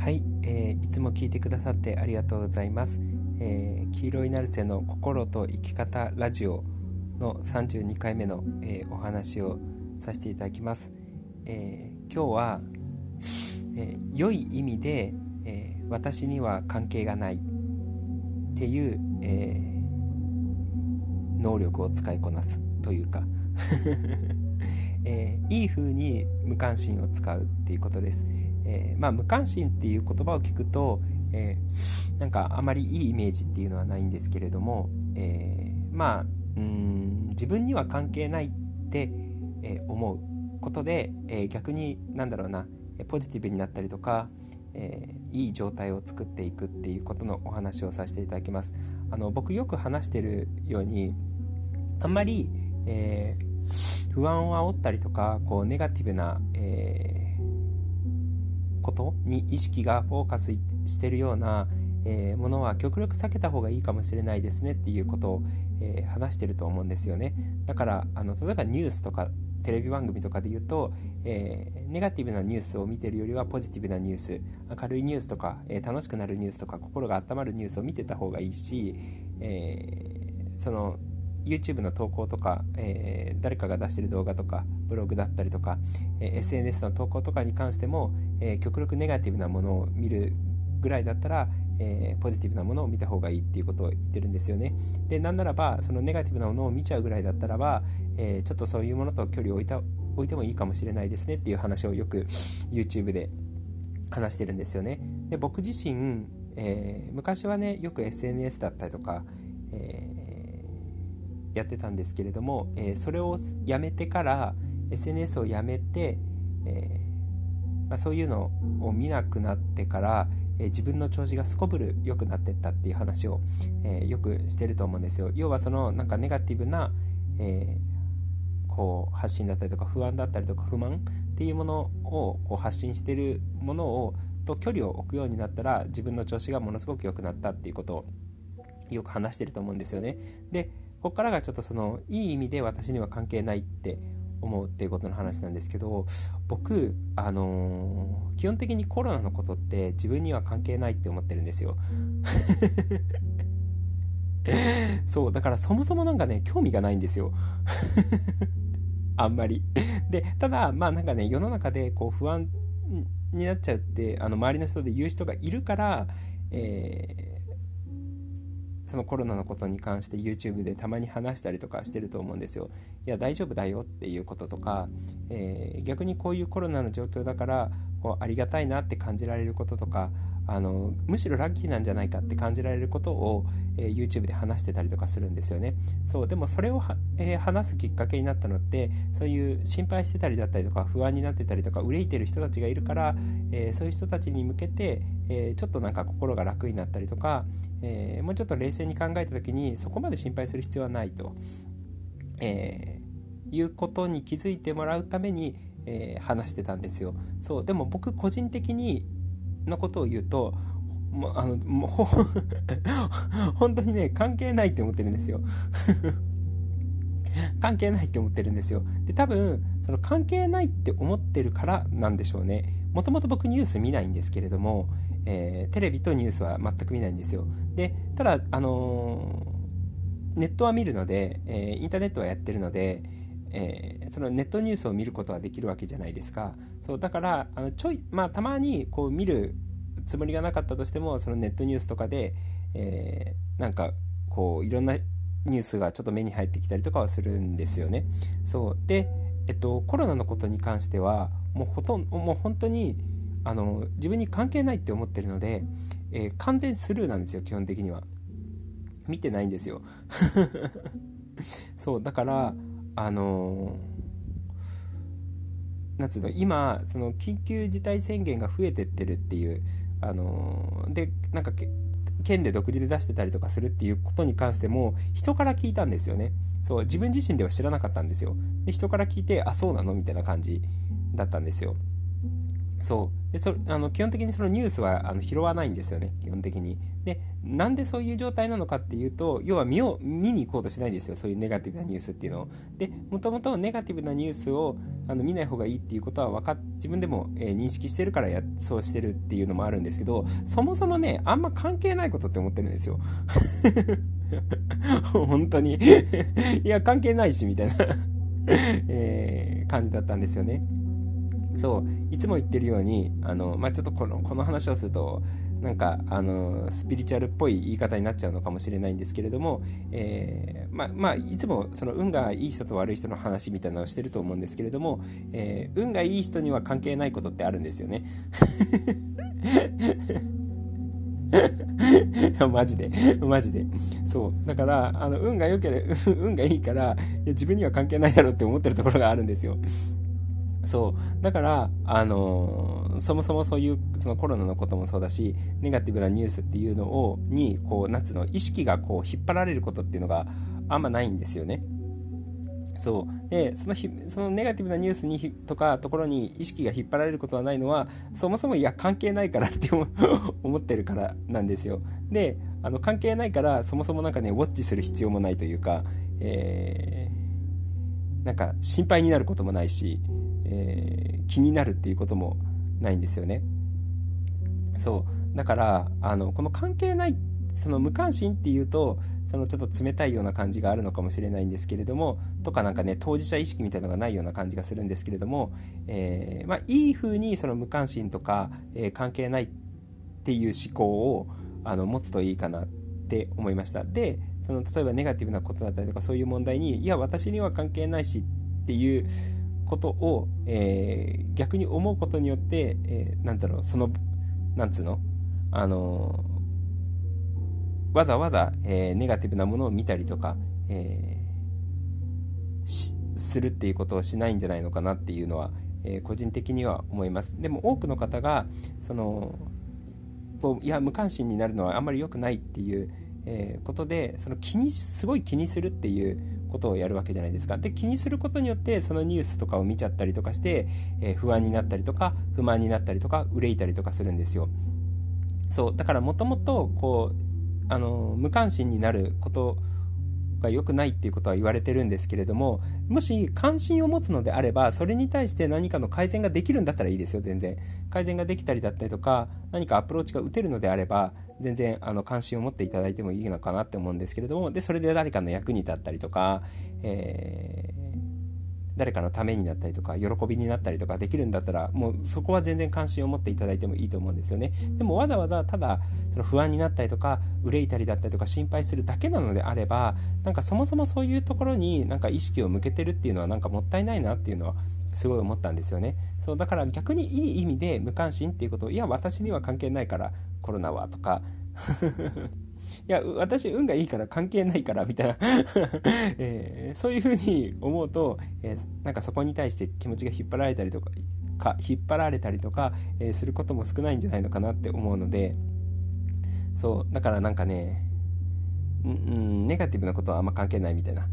はい、いつも聞いてくださってありがとうございます。黄色いナルセの心と生き方ラジオの32回目の、お話をさせていただきます。今日は、良い意味で、私には関係がないっていう、能力を使いこなすというか、いい風に無関心を使うっていうことです。無関心っていう言葉を聞くと、なんかあまりいいイメージっていうのはないんですけれども、自分には関係ないって、思うことで、逆にポジティブになったりとか、いい状態を作っていくっていうことのお話をさせていただきます。僕よく話しているように、あんまり、不安を煽ったりとかネガティブな、ことに意識がフォーカスしているような、ものは極力避けた方がいいかもしれないですねっていうことを、話していると思うんですよね。だから例えばニュースとかテレビ番組とかで言うと、ネガティブなニュースを見ているよりはポジティブなニュース、明るいニュースとか、楽しくなるニュースとか心が温まるニュースを見てた方がいいし、そのYouTube の投稿とか、誰かが出している動画とかブログだったりとか、SNS の投稿とかに関しても、極力ネガティブなものを見るぐらいだったら、ポジティブなものを見た方がいいっていうことを言ってるんですよね。で、なんならばそのネガティブなものを見ちゃうぐらいだったらば、ちょっとそういうものと距離を置いてもいいかもしれないですねっていう話をよく YouTube で話してるんですよね。で、僕自身、昔はねよく SNS だったりとか、やってたんですけれども、それをやめてから SNS をやめて、そういうのを見なくなってから、自分の調子がすこぶる良くなっていったっていう話を、よくしてると思うんですよ。要はそのネガティブな、発信だったりとか不安だったりとか不満っていうものを発信してるものと距離を置くようになったら、自分の調子がものすごく良くなったっていうことをよく話してると思うんですよね。で、ここからがちょっとそのいい意味で私には関係ないって思うっていうことの話なんですけど、僕、基本的にコロナのことって自分には関係ないって思ってるんですよそうだからそもそも興味がないんですよあんまりで、ただ世の中で不安になっちゃうって周りの人で言う人がいるから、そのコロナのことに関して YouTube でたまに話したりとかしてると思うんですよ。いや大丈夫だよっていうこととか、逆にこういうコロナの状況だからありがたいなって感じられることとか、むしろラッキーなんじゃないかって感じられることを、YouTube で話してたりとかするんですよね。そうでもそれを話すきっかけになったのって、そういう心配してたりだったりとか不安になってたりとか憂いてる人たちがいるから、そういう人たちに向けて、ちょっと心が楽になったりとか、もうちょっと冷静に考えた時にそこまで心配する必要はないと、いうことに気づいてもらうために、話してたんですよ。そうでも僕個人的にのことを言うと、もう本当にね関係ないって思ってるんですよ関係ないって思ってるんですよ。で、多分その関係ないって思ってるからなんでしょうね。もともと僕ニュース見ないんですけれども、テレビとニュースは全く見ないんですよ。で、ただネットは見るので、インターネットはやってるので、そのネットニュースを見ることはできるわけじゃないですか。そうだからたまに見るつもりがなかったとしても、そのネットニュースとかで、いろんなニュースがちょっと目に入ってきたりとかはするんですよね。そうで、コロナのことに関してはもう本当に自分に関係ないって思ってるので、完全スルーなんですよ。基本的には見てないんですよそうだから今その緊急事態宣言が増えてってるっていう、で県で独自で出してたりとかするっていうことに関しても人から聞いたんですよね。そう自分自身では知らなかったんですよ。で、人から聞いて、あ、そうなのみたいな感じだったんですよ。 そうで基本的にそのニュースは拾わないんですよね、基本的に。で、なんでそういう状態なのかっていうと、要は見に行こうとしないんですよ、そういうネガティブなニュースっていうのを。で、もともとネガティブなニュースを見ない方がいいっていうことは自分でも、認識してるからそうしてるっていうのもあるんですけど、そもそもね、あんま関係ないことって思ってるんですよ。本当にいや関係ないしみたいな感じだったんですよね。そういつも言ってるようにちょっとこの話をするとなんかスピリチュアルっぽい言い方になっちゃうのかもしれないんですけれども、いつもその運がいい人と悪い人の話みたいなのをしてると思うんですけれども、運がいい人には関係ないことってあるんですよね。マジでそうだから運が良ければ運がいいから自分には関係ないだろうって思ってるところがあるんですよ。そうだから、そもそもそういうそのコロナのこともそうだし、ネガティブなニュースっていうのにこうなんつうの意識がこう引っ張られることっていうのがあんまないんですよね。そうでそのネガティブなニュースにとかところに意識が引っ張られることはないのは、そもそも関係ないからって思ってるからなんですよ。で関係ないからそもそもなんかねウォッチする必要もないというか、なんか心配になることもないし、気になるっていうこともないんですよね。そうだからこの関係ない、その無関心っていうとそのちょっと冷たいような感じがあるのかもしれないんですけれども、とかなんかね当事者意識みたいなのがないような感じがするんですけれども、いい風にその無関心とか、関係ないっていう思考を持つといいかなって思いました。で例えばネガティブなことだったりとかそういう問題に、いや私には関係ないしっていうことを、逆に思うことによって、なんだろう、なんつうのわざわざ、ネガティブなものを見たりとか、するっていうことをしないんじゃないのかなっていうのは、個人的には思います。でも多くの方がいや無関心になるのはあんまり良くないっていう、ことですごい気にするっていうことをやるわけじゃないですか。で気にすることによってそのニュースとかを見ちゃったりとかして、不安になったりとか不満になったりとか憂いたりとかするんですよ。そうだからもともとこう無関心になることが良くないっていうことは言われてるんですけれども、もし関心を持つのであればそれに対して何かの改善ができるんだったらいいですよ。全然改善ができたりだったりとか何かアプローチが打てるのであれば全然関心を持っていただいてもいいのかなって思うんですけれども、でそれで誰かの役に立ったりとか、誰かのためになったりとか喜びになったりとかできるんだったら、もうそこは全然関心を持っていただいてもいいと思うんですよね。でもわざわざただその不安になったりとか憂いたりだったりとか心配するだけなのであれば、なんかそもそもそういうところになんか意識を向けてるっていうのはなんかもったいないなっていうのはすごい思ったんですよね。そうだから逆にいい意味で無関心っていうことを、いや私には関係ないからコロナはとかいや私運がいいから関係ないからみたいな、そういうふうに思うと、なんかそこに対して気持ちが引っ張られたりとかすることも少ないんじゃないのかなって思うので、そうだからなんかね、ネガティブなことはあんま関係ないみたいな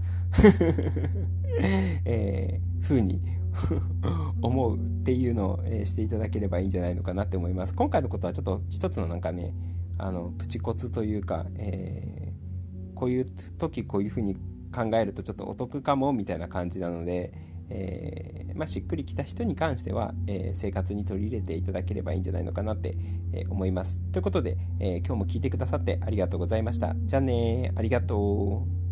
風に思うっていうのを、していただければいいんじゃないのかなって思います。今回のことはちょっと一つのなんかねプチコツというか、こういう時こういう風に考えるとちょっとお得かもみたいな感じなので、しっくりきた人に関しては、生活に取り入れていただければいいんじゃないのかなって、思います。ということで、今日も聞いてくださってありがとうございました。じゃあね、ありがとう。